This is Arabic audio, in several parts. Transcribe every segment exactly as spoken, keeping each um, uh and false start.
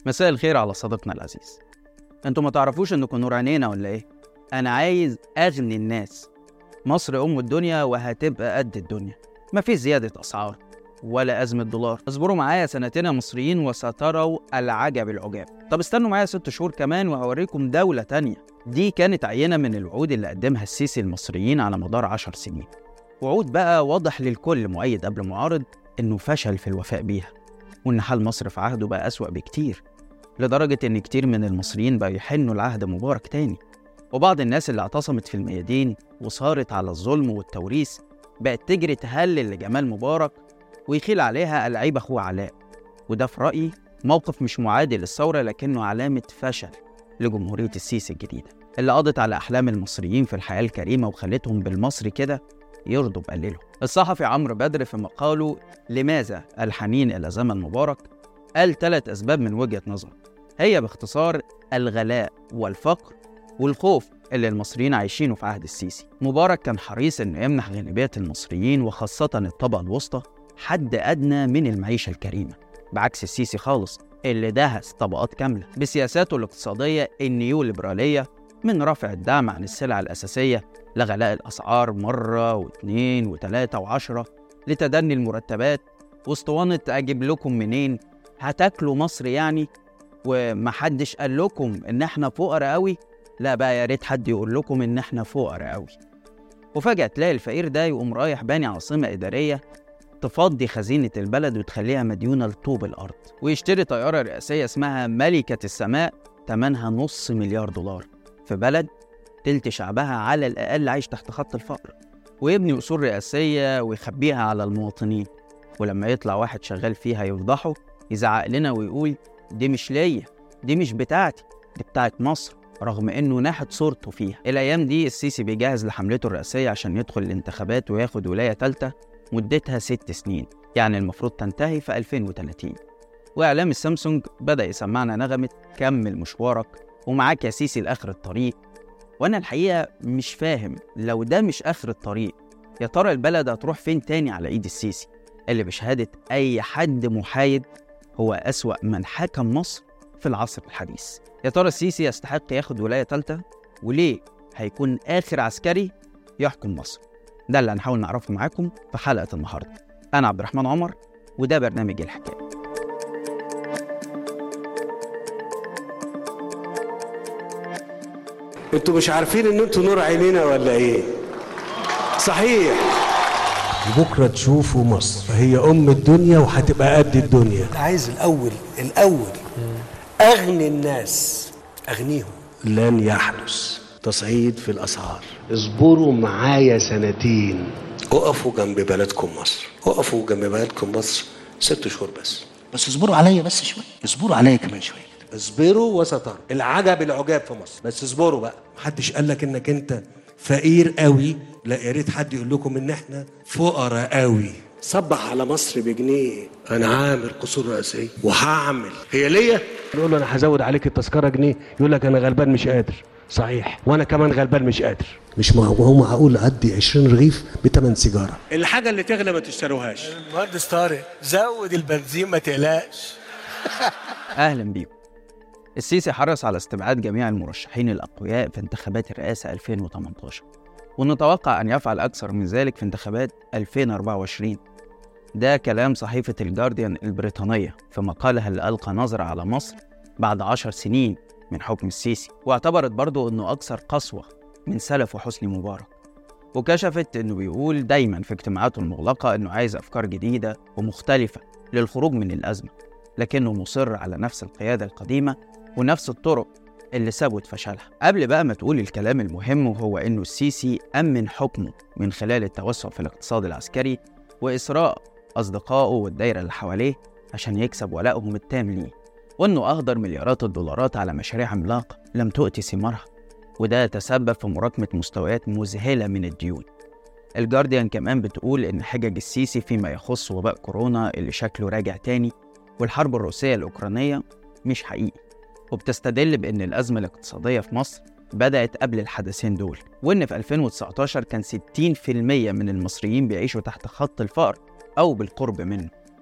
مساء الخير على صديقنا العزيز. انتوا ما تعرفوش انكم نور عينينا ولا ايه؟ انا عايز اغني الناس. مصر ام الدنيا وهتبقى قد الدنيا، مفيش زيادة اسعار ولا ازمة دولار. اصبروا معايا سنتين يا مصريين وستروا العجب العجاب. طب استنوا معايا ست شهور كمان وهوريكم دولة تانية. دي كانت عينة من الوعود اللي قدمها السيسي المصريين على مدار عشر سنين، وعود بقى واضح للكل مؤيد قبل معارض انه فشل في الوفاء بيها، وان حال مصر في عهده بقى اسوأ بكتير، لدرجة ان كتير من المصريين بقى يحنوا لعهد مبارك تاني. وبعض الناس اللي اعتصمت في الميادين وصارت على الظلم والتوريث بقت تجري تهلل لجمال مبارك ويخيل عليها العيب اخوه علاء. وده في رأيي موقف مش معادل للثورة، لكنه علامة فشل لجمهورية السيسي الجديدة اللي قضت على أحلام المصريين في الحياة الكريمة وخلتهم بالمصري كده يرضوا بقليله. الصحفي عمرو بدر في مقاله لماذا الحنين إلى زمن مبارك قال ثلاث أسباب من وجهة نظر، هي باختصار الغلاء والفقر والخوف اللي المصريين عايشينه في عهد السيسي. مبارك كان حريص إنه يمنح غالبية المصريين وخاصة الطبقة الوسطى حد أدنى من المعيشة الكريمة، بعكس السيسي خالص اللي دهس طبقات كاملة بسياساته الاقتصادية النيوليبرالية، من رفع الدعم عن السلع الأساسية لغلاء الأسعار مرة واثنين وثلاثة وعشرة، لتدني المرتبات واسطوانة أجيب لكم منين، هتاكلوا مصر يعني، ومحدش قال لكم إن احنا فقراء قوي، لا بقى يا ريت حد يقول لكم إن احنا فقراء قوي. وفجأة تلاقي الفقير ده يقوم رايح باني عاصمة إدارية تفضي خزينة البلد وتخليها مديونة لطوب الأرض، ويشتري طيارة رئاسية اسمها ملكة السماء تمنها نص مليار دولار في بلد تلت شعبها على الأقل عايش تحت خط الفقر، ويبني أصول رئاسية ويخبيها على المواطنين، ولما يطلع واحد شغال فيها يفضحه يزعق لنا ويقول دي مش ليا، دي مش بتاعتي، دي بتاعت مصر، رغم إنه ناحت صورته فيها. الأيام دي السيسي بيجهز لحملته الرئاسية عشان يدخل الانتخابات وياخد ولاية تالتة مدتها ست سنين، يعني المفروض تنتهي في ألفين وثلاثين. وإعلام السامسونج بدأ يسمعنا نغمة كمل مشوارك ومعاك يا سيسي لآخر الطريق. وأنا الحقيقة مش فاهم، لو ده مش آخر الطريق يا ترى البلد هتروح فين تاني على إيد السيسي اللي بشهادة أي حد محايد هو أسوأ من حكم مصر في العصر الحديث؟ يا ترى السيسي يستحق ياخد ولاية تالتة؟ وليه هيكون آخر عسكري يحكم مصر؟ ده اللي هنحاول نعرفه معاكم في حلقة النهاردة. أنا عبد الرحمن عمر وده برنامج الحكاية. انتوا مش عارفين ان انتوا نور عينينا ولا ايه؟ صحيح. بكرة تشوفوا مصر هي ام الدنيا وهتبقى قد الدنيا. عايز الاول الاول اغني الناس، اغنيهم. لن يحدث تصعيد في الاسعار. اصبروا معايا سنتين، اقفوا جنب بلدكم مصر، اقفوا جنب بلدكم مصر ست شهور بس. بس اصبروا عليا بس شويه، اصبروا عليا كمان شويه. اصبروا وستروا العجب العجاب في مصر، بس اصبروا بقى. محدش قالك انك انت فقير قوي، لا يا ريت حد يقول لكم ان احنا فقراء قوي. صبح على مصر بجنيه، انا عامل قصور رئاسيه وهعمل هي ليا. نقول له انا هزود عليك التذكره جنيه، يقول لك انا غلبان مش قادر. صحيح، وانا كمان غلبان مش قادر. مش هو معقول ادي عشرين رغيف بثمن سيجاره؟ الحاجه اللي تغلى ما تشتروهاش. المهندس طارق زود البنزين ما تقلقش. أهلا بيكم. السيسي حرص على استبعاد جميع المرشحين الأقوياء في انتخابات الرئاسة ألفين وثمانية عشر، ونتوقع أن يفعل أكثر من ذلك في انتخابات ألفين وأربعة وعشرين. ده كلام صحيفة الجارديان البريطانية في مقالها اللي ألقى نظرة على مصر بعد عشر سنين من حكم السيسي، واعتبرت برضو أنه أكثر قسوة من سلفه حسني مبارك، وكشفت أنه بيقول دايما في اجتماعاته المغلقة أنه عايز أفكار جديدة ومختلفة للخروج من الأزمة، لكنه مصر على نفس القيادة القديمة ونفس الطرق اللي سابت فشلها. قبل بقى ما تقول الكلام المهم، وهو أنه السيسي أمن حكمه من خلال التوسع في الاقتصاد العسكري وإسراء أصدقائه والدايرة اللي حواليه عشان يكسب ولائهم التام ليه، وأنه أهدر مليارات الدولارات على مشاريع عملاقة لم تؤتي ثمارها، وده تسبب في مراكمة مستويات مذهلة من الديون. الجارديان كمان بتقول إن حجج السيسي فيما يخص وباء كورونا اللي شكله راجع تاني والحرب الروسية الأوكرانية مش حقيقي، وبتستدل بأن الأزمة الاقتصادية في مصر بدأت قبل الحدثين دول، وإن في ألفين وتسعة عشر كان ستين بالمية من المصريين بيعيشوا تحت خط الفقر أو بالقرب منه،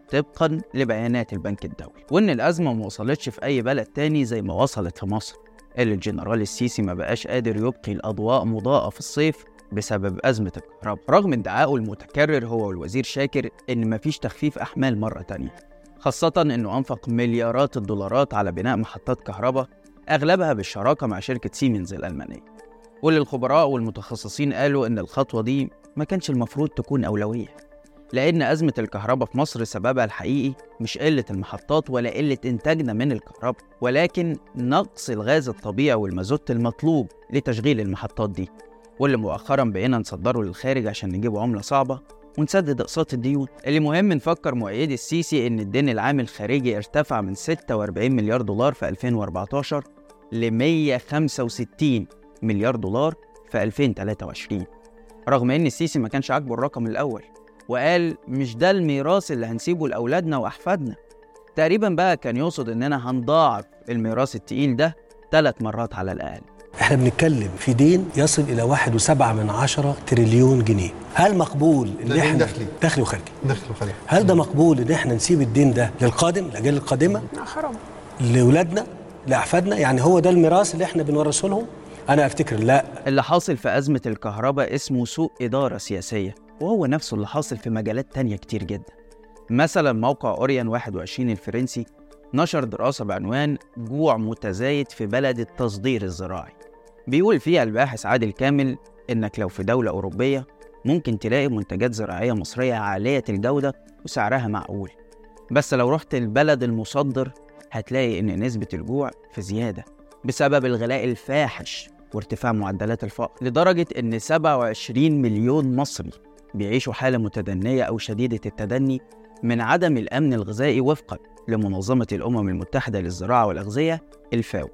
طبقا لبيانات البنك الدولي، وإن الأزمة ما وصلتش في أي بلد تاني زي ما وصلت في مصر، اللي الجنرال السيسي ما بقاش قادر يبقي الأضواء مضاءة في الصيف بسبب أزمة الكهرباء، رغم ادعائه المتكرر هو والوزير شاكر إن مفيش تخفيف أحمال مرة تانية، خاصة إنه أنفق مليارات الدولارات على بناء محطات كهرباء أغلبها بالشراكة مع شركة سيمنز الألمانية، واللي الخبراء والمتخصصين قالوا إن الخطوة دي ما كانش المفروض تكون أولوية، لأن أزمة الكهرباء في مصر سببها الحقيقي مش قلة المحطات ولا قلة إنتاجنا من الكهرباء، ولكن نقص الغاز الطبيعي والمازوت المطلوب لتشغيل المحطات دي، واللي مؤخرا بقينا نصدره للخارج عشان نجيبه عملة صعبة ونسدد أقساط الديون. اللي مهم نفكر مؤيدي السيسي إن الدين العام الخارجي ارتفع من ستة وأربعين مليار دولار في ألفين وأربعتاشر ل مية وخمسة وستين مليار دولار في ألفين وتلاتة وعشرين، رغم إن السيسي ما كانش عاجبه الرقم الأول وقال مش ده الميراث اللي هنسيبه لأولادنا وأحفادنا. تقريبا بقى كان يقصد إننا هنضاعف الميراث التقيل ده ثلاث مرات على الأقل. احنا بنتكلم في دين يصل الى واحد وسبعة من عشرة تريليون جنيه. هل مقبول ان احنا دخلي دخلي وخارجي دخلي وخارجي هل ده مقبول ان احنا نسيب الدين ده للقادم، الاجيال القادمه، حرام، لاولادنا لاحفادنا؟ يعني هو ده الميراث اللي احنا بنورثه لهم؟ انا افتكر لا. اللي حاصل في أزمة الكهرباء اسمه سوء إدارة سياسية، وهو نفسه اللي حاصل في مجالات تانية كتير جدا. مثلا موقع أوريان واحد وعشرين الفرنسي نشر دراسة بعنوان جوع متزايد في بلد التصدير الزراعي، بيقول فيها الباحث عادل كامل إنك لو في دولة أوروبية ممكن تلاقي منتجات زراعية مصرية عالية الجودة وسعرها معقول، بس لو رحت البلد المصدر هتلاقي إن نسبة الجوع في زيادة بسبب الغلاء الفاحش وارتفاع معدلات الفقر، لدرجة إن سبعة وعشرين مليون مصري بيعيشوا حالة متدنية أو شديدة التدني من عدم الأمن الغذائي وفقا لمنظمة الأمم المتحدة للزراعة والأغذية الفاو.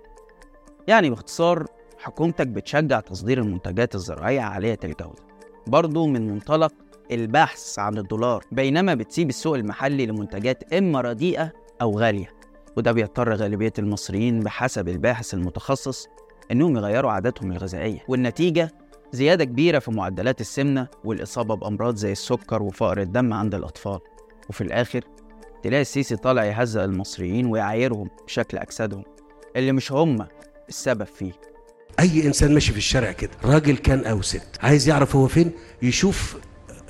يعني باختصار حكومتك بتشجع تصدير المنتجات الزراعية عالية الجودة برضو من منطلق البحث عن الدولار، بينما بتسيب السوق المحلي لمنتجات إما رديئة أو غالية، وده بيضطر غالبية المصريين بحسب الباحث المتخصص إنهم يغيروا عاداتهم الغذائية، والنتيجة زيادة كبيرة في معدلات السمنة والإصابة بأمراض زي السكر وفقر الدم عند الأطفال. وفي الآخر تلاقي السيسي طالع يهزأ المصريين ويعايرهم بشكل أجسادهم اللي مش هم السبب فيه. اي انسان ماشي في الشارع كده، راجل كان او ست، عايز يعرف هو فين، يشوف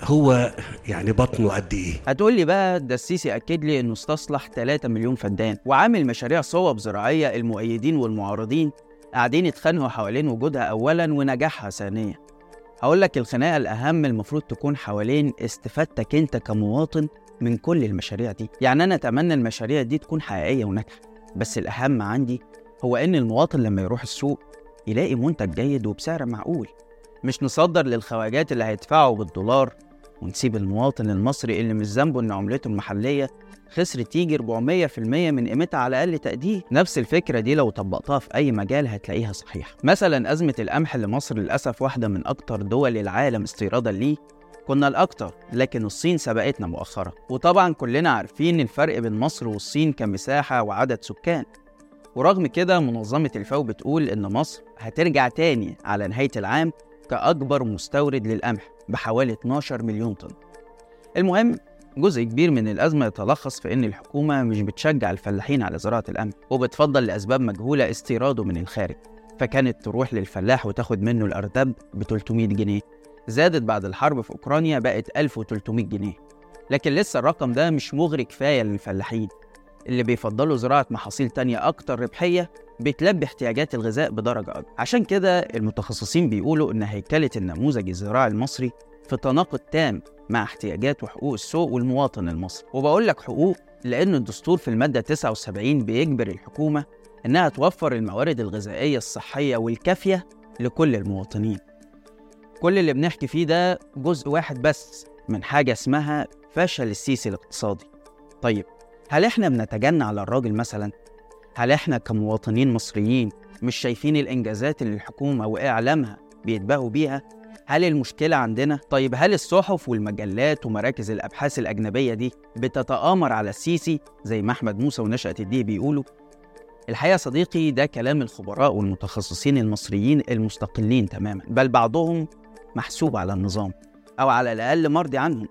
هو يعني بطنه قد ايه. هتقول لي بقى ده السيسي اكد لي انه استصلح ثلاثة مليون فدان وعامل مشاريع صوب زراعيه، المؤيدين والمعارضين قاعدين يتخانقوا حوالين وجودها اولا ونجاحها ثانيا. هقول لك الخناقه الاهم المفروض تكون حوالين استفادتك انت كمواطن من كل المشاريع دي. يعني انا اتمنى المشاريع دي تكون حقيقيه وناجحه، بس الاهم عندي هو ان المواطن لما يروح السوق يلاقي منتج جيد وبسعر معقول، مش نصدر للخواجات اللي هيدفعوا بالدولار ونسيب المواطن المصري اللي مش ذنبه ان عملته المحليه خسرت تيجي أربعمية في المية من قيمتها على اقل تقدير. نفس الفكره دي لو طبقتها في اي مجال هتلاقيها صحيحه. مثلا ازمه القمح اللي مصر للاسف واحده من اكتر دول العالم استيرادا ليه، كنا الاكتر لكن الصين سبقتنا مؤخرا، وطبعا كلنا عارفين الفرق بين مصر والصين كمساحه وعدد سكان. ورغم كده منظمة الفاو بتقول إن مصر هترجع تاني على نهاية العام كأكبر مستورد للقمح بحوالي اتناشر مليون طن. المهم جزء كبير من الأزمة يتلخص في إن الحكومة مش بتشجع الفلاحين على زراعة القمح، وبتفضل لأسباب مجهولة استيراده من الخارج، فكانت تروح للفلاح وتاخد منه الأرداب ب تلتمية جنيه، زادت بعد الحرب في أوكرانيا بقت ألف وتلتمية جنيه، لكن لسه الرقم ده مش مغري كفاية للفلاحين اللي بيفضلوا زراعة محاصيل تانية أكتر ربحية بتلبي احتياجات الغذاء بدرجة أكبر. عشان كده المتخصصين بيقولوا إن هيكلة النموذج الزراعي المصري في تناقض تام مع احتياجات وحقوق السوق والمواطن المصري. وبقول لك حقوق لأن الدستور في المادة تسعة وسبعين بيجبر الحكومة إنها توفر الموارد الغذائية الصحية والكافية لكل المواطنين. كل اللي بنحكي فيه ده جزء واحد بس من حاجة اسمها فشل السيسي الاقتصادي. طيب هل احنا بنتجنى على الراجل مثلا؟ هل احنا كمواطنين مصريين مش شايفين الانجازات اللي الحكومة واعلامها بيتباهوا بيها؟ هل المشكلة عندنا؟ طيب هل الصحف والمجلات ومراكز الابحاث الاجنبية دي بتتآمر على السيسي زي ما احمد موسى ونشأة الديه بيقولوا؟ الحقيقة صديقي ده كلام الخبراء والمتخصصين المصريين المستقلين تماما، بل بعضهم محسوب على النظام او على الاقل مرضي عنهم،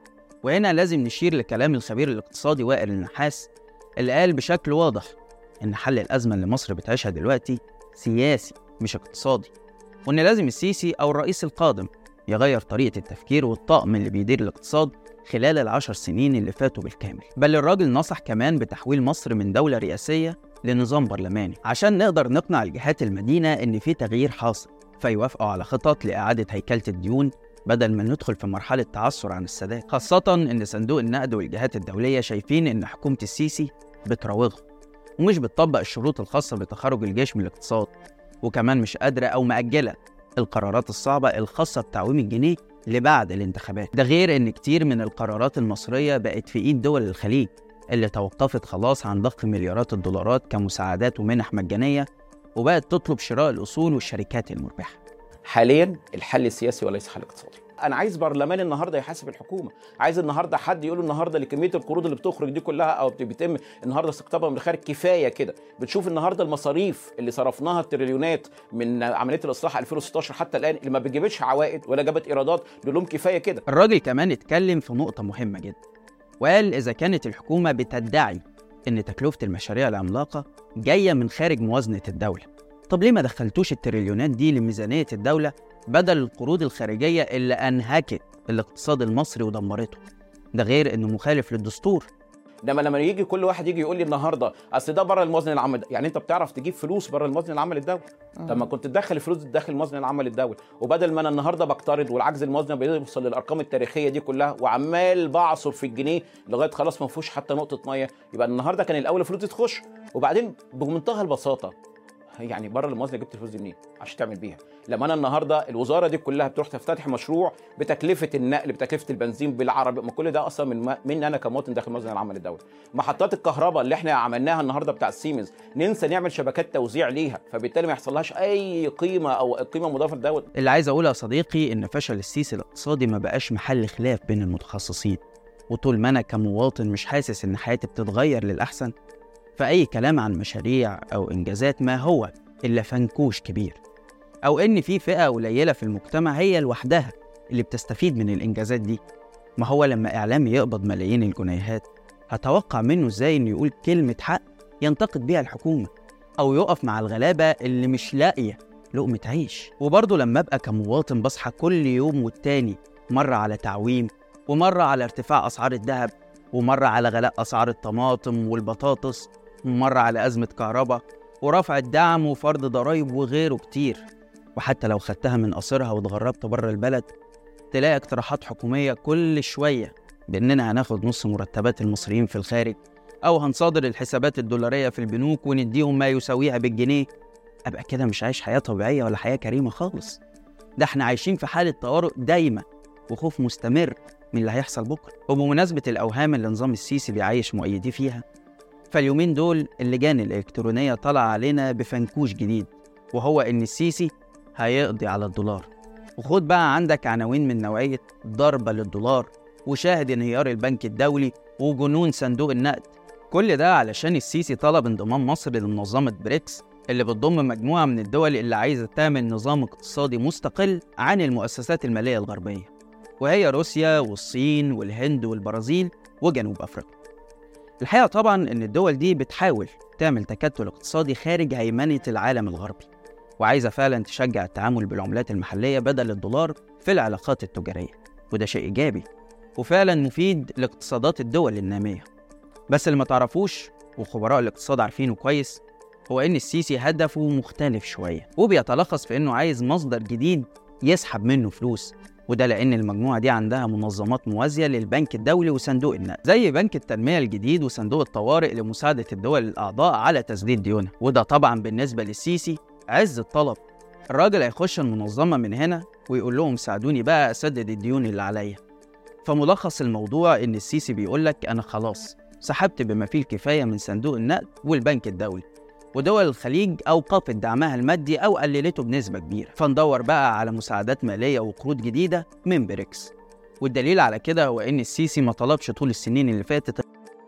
وهنا لازم نشير لكلام الخبير الاقتصادي وائل النحاس اللي قال بشكل واضح إن حل الأزمة اللي مصر بتعيشها دلوقتي سياسي مش اقتصادي، وإن لازم السيسي أو الرئيس القادم يغير طريقة التفكير والطاقم اللي بيدير الاقتصاد خلال العشر سنين اللي فاتوا بالكامل. بل الراجل نصح كمان بتحويل مصر من دولة رئاسية لنظام برلماني عشان نقدر نقنع الجهات المدينة إن في تغيير حاصل، فيوافقوا على خطط لإعادة هيكلة الديون بدل ما ندخل في مرحلة تعثر عن السداد، خاصة إن صندوق النقد والجهات الدولية شايفين إن حكومة السيسي بتراوغهم ومش بتطبق الشروط الخاصة بتخرج الجيش من الاقتصاد، وكمان مش قادرة أو مأجلة القرارات الصعبة الخاصة بتعويم الجنيه لبعد الانتخابات. ده غير إن كتير من القرارات المصرية بقت في إيد دول الخليج اللي توقفت خلاص عن ضخ مليارات الدولارات كمساعدات ومنح مجانية، وبقت تطلب شراء الأصول والشركات المربحة. حاليا الحل السياسي وليس حل اقتصادي. انا عايز برلمان النهارده يحاسب الحكومه، عايز النهارده حد يقول النهارده لكميه القروض اللي بتخرج دي كلها او بيتم النهارده استقطابها من الخارج كفايه كده. بتشوف النهارده المصاريف اللي صرفناها التريليونات من عمليه الاصلاح ألفين وستاشر حتى الان اللي ما بتجيبش عوائد ولا جابت ايرادات، بيقول لهم كفايه كده. الراجل كمان اتكلم في نقطه مهمه جدا، وقال اذا كانت الحكومه بتدعي ان تكلفه المشاريع العملاقه جايه من خارج موازنه الدوله، طب ليه ما دخلتوش التريليونات دي لميزانيه الدوله بدل القروض الخارجية اللي أنهكت الاقتصاد المصري ودمرته؟ ده غير إنه مخالف للدستور. لما لما يجي كل واحد يجي يقول لي النهارده اصل ده بره الموازنه العامه، يعني انت بتعرف تجيب فلوس بره الموازنه العامه للدوله؟ طب ما كنت تدخل الفلوس داخل الموازنه العامه للدوله، وبدل ما انا النهارده بقترض والعجز الموازنه بيوصل للارقام التاريخيه دي كلها وعمال بعصر في الجنيه لغايه خلاص ما فيهوش حتى نقطه ميه، يبقى النهارده كان الاول الفلوس دي تخش. وبعدين بمنتهى البساطه يعني بره الموازنه جبت الفلوس دي منين عشان تعمل بيها؟ لما انا النهارده الوزاره دي كلها بتروح تفتتح مشروع بتكلفه النقل بتكلفه البنزين بالعربي، ما كل ده اصلا من من انا كمواطن داخل الموازنه العامه للدوله. محطات الكهرباء اللي احنا عملناها النهارده بتاع السيمنز ننسى نعمل شبكات توزيع ليها، فبالتالي ما يحصلهاش اي قيمه او قيمه مضافه للدوله. اللي عايز اقوله يا صديقي ان فشل السيسي الاقتصادي ما بقاش محل خلاف بين المتخصصين، وطول ما انا كمواطن مش حاسس ان حياتي بتتغير للاحسن، فاي كلام عن مشاريع او انجازات ما هو إلا فنكوش كبير، أو إن في فئة قليلة في المجتمع هي لوحدها اللي بتستفيد من الإنجازات دي. ما هو لما إعلامي يقبض ملايين الجنيهات هتوقع منه إزاي إنه يقول كلمة حق ينتقد بيها الحكومة، أو يقف مع الغلابة اللي مش لاقية لقمة عيش؟ وبرضه لما أبقى كمواطن بصحى كل يوم والتاني مرة على تعويم، ومرة على ارتفاع أسعار الذهب، ومرة على غلاء أسعار الطماطم والبطاطس، ومرة على أزمة كهرباء ورفع الدعم وفرض ضرائب وغيره كتير، وحتى لو خدتها من قصرها واتغربت بره البلد تلاقي اقتراحات حكومية كل شوية بأننا هناخد نص مرتبات المصريين في الخارج، أو هنصادر الحسابات الدولارية في البنوك ونديهم ما يساويها بالجنيه. أبقى كده مش عايش حياة طبيعية ولا حياة كريمة خالص، ده احنا عايشين في حالة طوارئ دايمة وخوف مستمر من اللي هيحصل بكرة. وبمناسبة الأوهام اللي نظام السيسي بيعيش مؤيديه فيها، فاليومين دول اللجان الإلكترونية طلع علينا بفنكوش جديد، وهو إن السيسي هيقضي على الدولار. وخد بقى عندك عناوين من نوعية ضربة للدولار، وشاهد انهيار البنك الدولي، وجنون صندوق النقد. كل ده علشان السيسي طلب انضمام مصر لمنظمة بريكس اللي بتضم مجموعة من الدول اللي عايزة تعمل نظام اقتصادي مستقل عن المؤسسات المالية الغربية، وهي روسيا والصين والهند والبرازيل وجنوب أفريقيا. الحقيقة طبعا إن الدول دي بتحاول تعمل تكتل اقتصادي خارج هيمنة العالم الغربي، وعايزة فعلا تشجع التعامل بالعملات المحلية بدل الدولار في العلاقات التجارية، وده شيء إيجابي وفعلا مفيد لاقتصادات الدول النامية. بس اللي ما تعرفوش وخبراء الاقتصاد عارفينه كويس هو إن السيسي هدفه مختلف شوية، وبيتلخص في إنه عايز مصدر جديد يسحب منه فلوس، وده لأن المجموعة دي عندها منظمات موازية للبنك الدولي وصندوق النقد، زي بنك التنمية الجديد وصندوق الطوارئ لمساعدة الدول الأعضاء على تسديد ديونها. وده طبعا بالنسبة للسيسي عز الطلب. الراجل هيخش المنظمة من هنا ويقول لهم ساعدوني بقى أسدد الديون اللي عليا. فملخص الموضوع إن السيسي بيقولك أنا خلاص سحبت بما فيه الكفاية من صندوق النقد والبنك الدولي، ودول الخليج أوقفت دعمها المادي أو قللته بنسبة كبيرة، فندور بقى على مساعدات مالية وقروض جديدة من بريكس. والدليل على كده هو إن السيسي ما طلبش طول السنين اللي فاتت،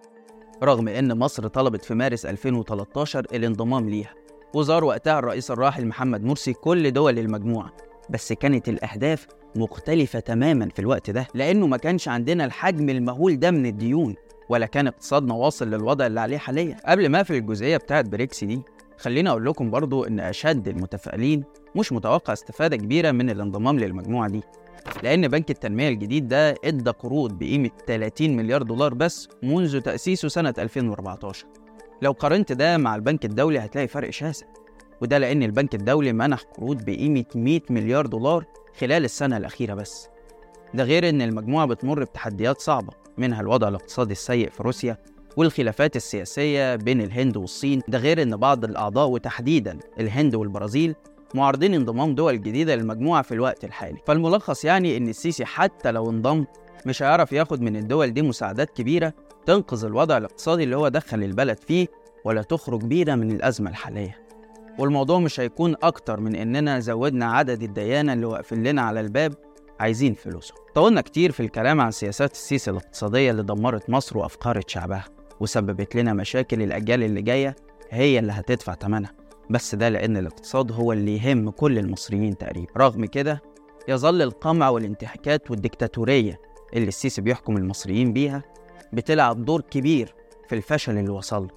رغم إن مصر طلبت في مارس ألفين وتلتاشر الانضمام ليها، وزار وقتها الرئيس الراحل محمد مرسي كل دول المجموعة، بس كانت الأهداف مختلفة تماما في الوقت ده، لأنه ما كانش عندنا الحجم المهول ده من الديون، ولا كان اقتصادنا واصل للوضع اللي عليه حاليا. قبل ما في الجزئية بتاعت بريكس دي، خلينا أقول لكم برضو إن أشد المتفائلين مش متوقع استفادة كبيرة من الانضمام للمجموعة دي، لأن بنك التنمية الجديد ده إدى قروض بقيمة ثلاثين مليار دولار بس منذ تأسيسه سنة ألفين وأربعتاشر. لو قارنت ده مع البنك الدولي هتلاقي فرق شاسع، وده لأن البنك الدولي منح قروض بقيمة مئة مليار دولار خلال السنة الأخيرة بس. ده غير إن المجموعة بتمر بتحديات صعبة، منها الوضع الاقتصادي السيء في روسيا والخلافات السياسية بين الهند والصين. ده غير إن بعض الأعضاء وتحديداً الهند والبرازيل معارضين انضمام دول جديدة للمجموعة في الوقت الحالي. فالملخص يعني إن السيسي حتى لو انضم مش هيعرف ياخد من الدول دي مساعدات كبيرة تنقذ الوضع الاقتصادي اللي هو دخل البلد فيه، ولا تخرج بينا من الأزمة الحالية. والموضوع مش هيكون أكتر من إننا زودنا عدد الديانة اللي واقفين لنا على الباب عايزين فلوسهم. طولنا كتير في الكلام عن سياسات السيسي الاقتصادية اللي دمرت مصر وأفقرت شعبها وسببت لنا مشاكل الأجيال اللي جاية هي اللي هتدفع ثمنها، بس ده لأن الاقتصاد هو اللي يهم كل المصريين تقريبا. رغم كده يظل القمع والانتهاكات والديكتاتورية اللي السيسي بيحكم المصريين بيها بتلعب دور كبير في الفشل اللي وصل،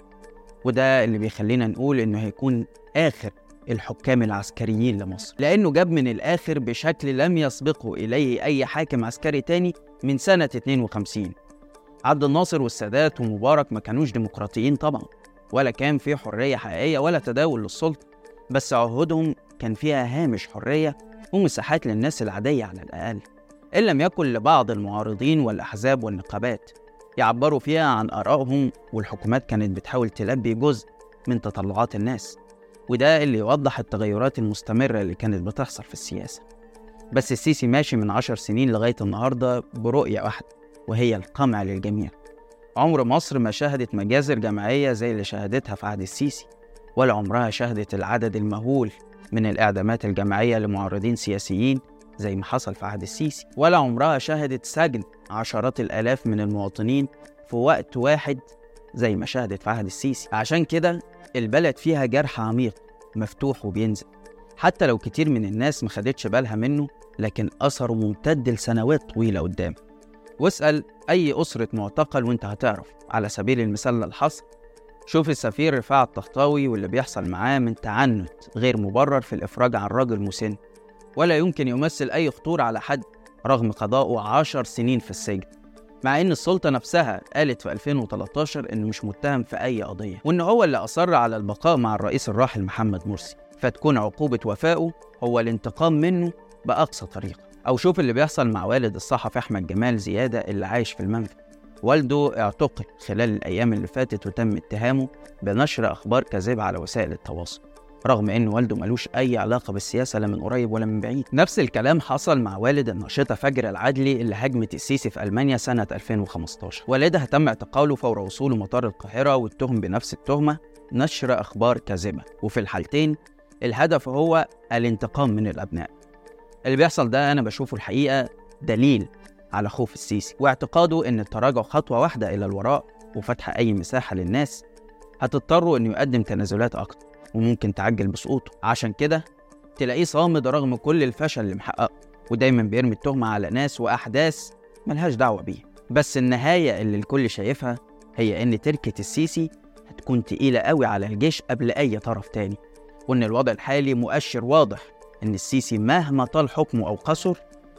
وده اللي بيخلينا نقول إنه هيكون آخر الحكام العسكريين لمصر، لأنه جاب من الآخر بشكل لم يسبقه إليه أي حاكم عسكري تاني من سنة اتنين وخمسين. عبد الناصر والسادات ومبارك ما كانوش ديمقراطيين طبعا، ولا كان في حرية حقيقية ولا تداول للسلطة، بس عهودهم كان فيها هامش حرية ومساحات للناس العادية على الأقل، إن لم يكن لبعض المعارضين والأحزاب والنقابات يعبروا فيها عن آرائهم، والحكومات كانت بتحاول تلبي جزء من تطلعات الناس، وده اللي يوضح التغيرات المستمرة اللي كانت بتحصل في السياسة. بس السيسي ماشي من عشر سنين لغاية النهاردة برؤية واحدة، وهي القمع للجميع. عمر مصر ما شهدت مجازر جماعية زي اللي شهدتها في عهد السيسي، ولا عمرها شهدت العدد المهول من الإعدامات الجماعية لمعارضين سياسيين زي ما حصل في عهد السيسي، ولا عمرها شهدت سجن عشرات الآلاف من المواطنين في وقت واحد زي ما شهدت في عهد السيسي. عشان كده البلد فيها جرح عميق مفتوح وبينزل، حتى لو كتير من الناس ما خدتش بالها منه، لكن أثره ممتد لسنوات طويلة قدام. واسأل أي أسرة معتقل وانت هتعرف. على سبيل المثال للحصر، شوف السفير رفاعة الطهطاوي واللي بيحصل معاه من تعنت غير مبرر في الإفراج عن راجل مسن ولا يمكن يمثل أي خطورة على حد، رغم قضائه عشر سنين في السجن، مع إن السلطة نفسها قالت في ألفين وتلتاشر إنه مش متهم في أي قضية، وإن هو اللي أصر على البقاء مع الرئيس الراحل محمد مرسي، فتكون عقوبة وفائه هو الانتقام منه بأقصى طريقة. أو شوف اللي بيحصل مع والد الصحفي أحمد جمال زيادة اللي عايش في المنفى. والده اعتقل خلال الأيام اللي فاتت وتم اتهامه بنشر أخبار كاذبة على وسائل التواصل، رغم إن والده ملوش أي علاقة بالسياسة لا من قريب ولا من بعيد. نفس الكلام حصل مع والد الناشطة فجر العدلي اللي هاجمت السيسي في ألمانيا سنة ألفين وخمستاشر. والدها تم اعتقاله فور وصوله مطار القاهرة واتهم بنفس التهمة، نشر أخبار كاذبة، وفي الحالتين الهدف هو الانتقام من الأبناء. اللي بيحصل ده أنا بشوفه الحقيقة دليل على خوف السيسي واعتقاده إن التراجع خطوة واحدة إلى الوراء وفتح أي مساحة للناس هتضطروا إنه يقدم تنازلات أكتر وممكن تعجل بسقوطه. عشان كده تلاقيه صامد رغم كل الفشل اللي محققه، ودايما بيرمي التهمة على ناس وأحداث ملهاش دعوة بيه. بس النهاية اللي الكل شايفها هي إن تركة السيسي هتكون تقيلة قوي على الجيش قبل أي طرف تاني، وإن الوضع الحالي مؤشر واضح إن السيسي مهما طال حكمه أو قصر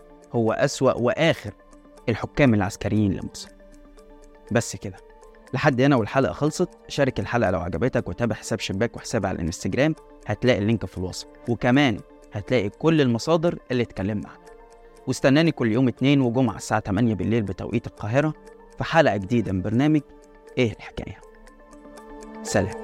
هو أسوأ وآخر الحكام العسكريين لمصر. بس كده لحد هنا والحلقة خلصت. شارك الحلقة لو عجبتك وتابع حساب شباك وحساب على الانستجرام، هتلاقي اللينك في الوصف، وكمان هتلاقي كل المصادر اللي اتكلمنا عنها. واستناني كل يوم اتنين وجمعة الساعة تمانية بالليل بتوقيت القاهرة في حلقة جديدة من برنامج ايه الحكاية. سلام.